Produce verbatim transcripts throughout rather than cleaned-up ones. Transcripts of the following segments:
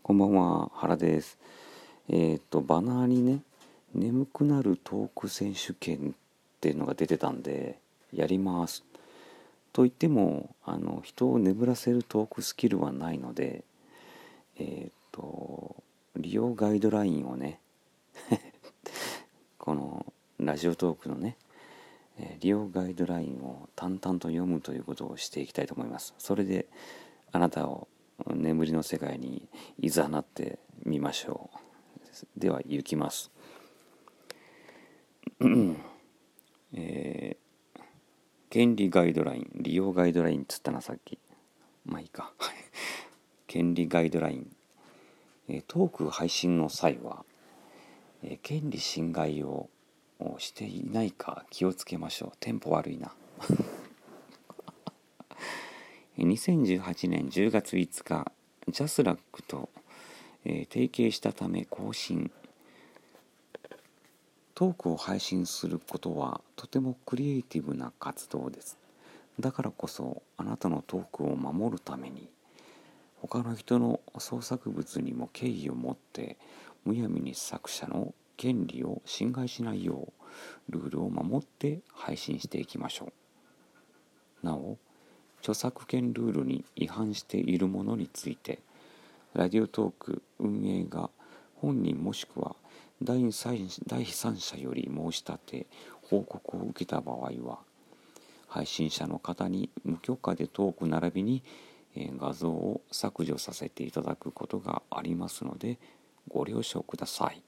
こんばんは、原です。えっ、と、バナーにね、眠くなるトーク選手権っていうのが出てたんで、やります。と言っても、あの、人を眠らせるトークスキルはないので、えっ、と、利用ガイドラインをね、このラジオトークのね、えー利用ガイドラインを淡々と読むということをしていきたいと思います。それで、あなたを眠りの世界にいざなってみましょう。では行きます。えー、権利ガイドライン、利用ガイドラインっつったなさっき。まあいいか。権利ガイドライン、えートーク配信の際は、えー権利侵害をしていないか気をつけましょう。テンポ悪いな。にせんじゅうはちねんじゅうがついつか、ジャスラックと、えー提携したため更新。トークを配信することはとてもクリエイティブな活動です。だからこそあなたのトークを守るために他の人の創作物にも敬意を持ってむやみに作者の権利を侵害しないようルールを守って配信していきましょう。なお、著作権ルールに違反しているものについてラジオトーク運営が本人もしくは第三者より申し立て報告を受けた場合は配信者の方に無許可でトーク並びに画像を削除させていただくことがありますのでご了承ください。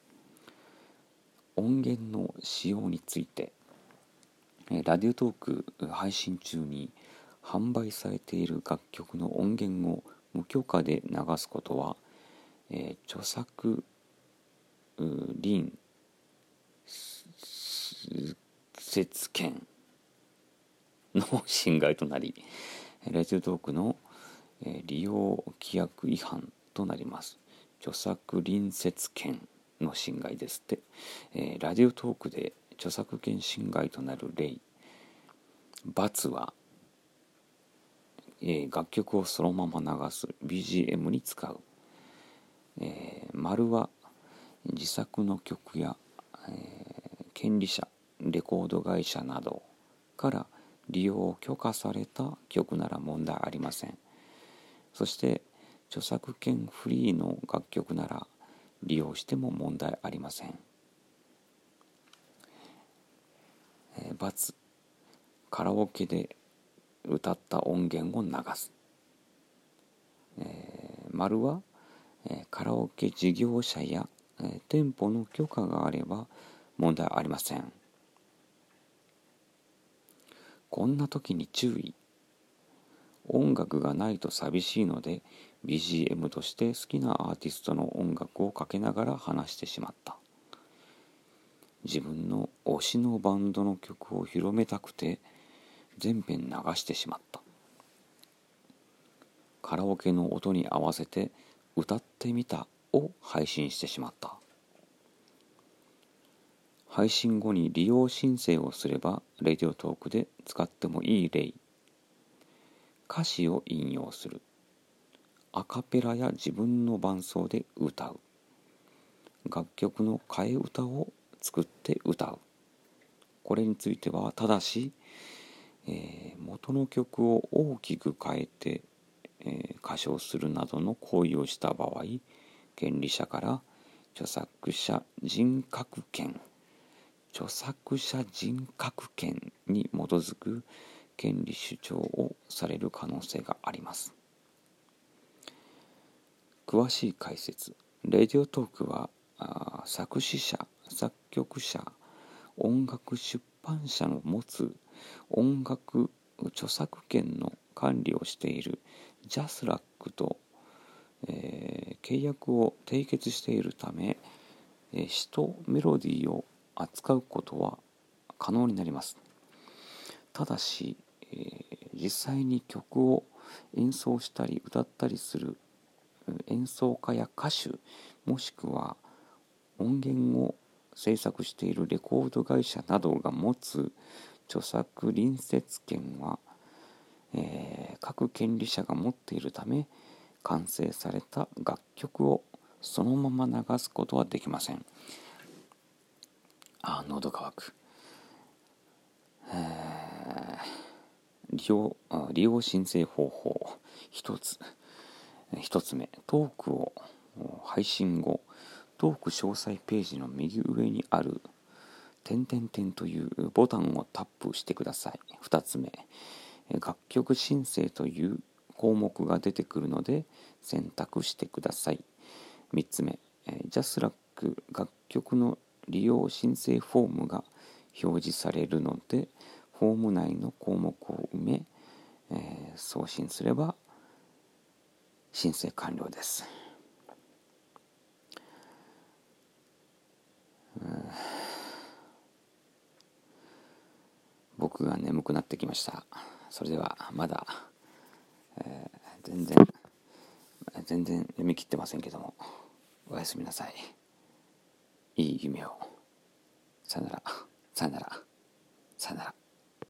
音源の使用について、ラジオトーク配信中に販売されている楽曲の音源を無許可で流すことは、えー、著作林設権の侵害となり、ラジオトークの利用規約違反となります。著作隣接権の侵害ですって、えー、ラジオトークで著作権侵害となる例、×は、えー、楽曲をそのまま流す ビージーエム に使う、えー、丸は自作の曲や、えー、権利者レコード会社などから利用を許可された曲なら問題ありません。そして著作権フリーの楽曲なら利用しても問題ありません。えー、×カラオケで歌った音源を流す。えー、丸は、えー、カラオケ事業者や、えー、店舗の許可があれば問題ありません。こんな時に注意。音楽がないと寂しいので ビージーエム として好きなアーティストの音楽をかけながら話してしまった。自分の推しのバンドの曲を広めたくて全編流してしまった。カラオケの音に合わせて歌ってみたを配信してしまった。配信後に利用申請をすればレディオトークで使ってもいい例。歌詞を引用する。アカペラや自分の伴奏で歌う。楽曲の替え歌を作って歌う。これについてはただし、えー、元の曲を大きく変えて、えー、歌唱するなどの行為をした場合、権利者から著作者人格権著作者人格権に基づく権利主張をされる可能性があります。詳しい解説。レディオトークは作詞者、作曲者、音楽出版社の持つ音楽著作権の管理をしているジャスラックと、えー、契約を締結しているため、えー、詩とメロディーを扱うことは可能になります。ただし、えー、実際に曲を演奏したり歌ったりする演奏家や歌手もしくは音源を制作しているレコード会社などが持つ著作隣接権は、えー、各権利者が持っているため完成された楽曲をそのまま流すことはできません。あ、喉乾く。利用利用申請方法一つ一つ目、トークを配信後、トーク詳細ページの右上にある点々点というボタンをタップしてください。二つ目、楽曲申請という項目が出てくるので選択してください。三つ目、ジャスラック楽曲の利用申請フォームが表示されるので、フォーム内の項目を埋め、えー、送信すれば申請完了です。僕が眠くなってきました。それではまだ、えー、全然全然読み切ってませんけども、おやすみなさい。いい夢を。さよなら、さよなら、さよなら。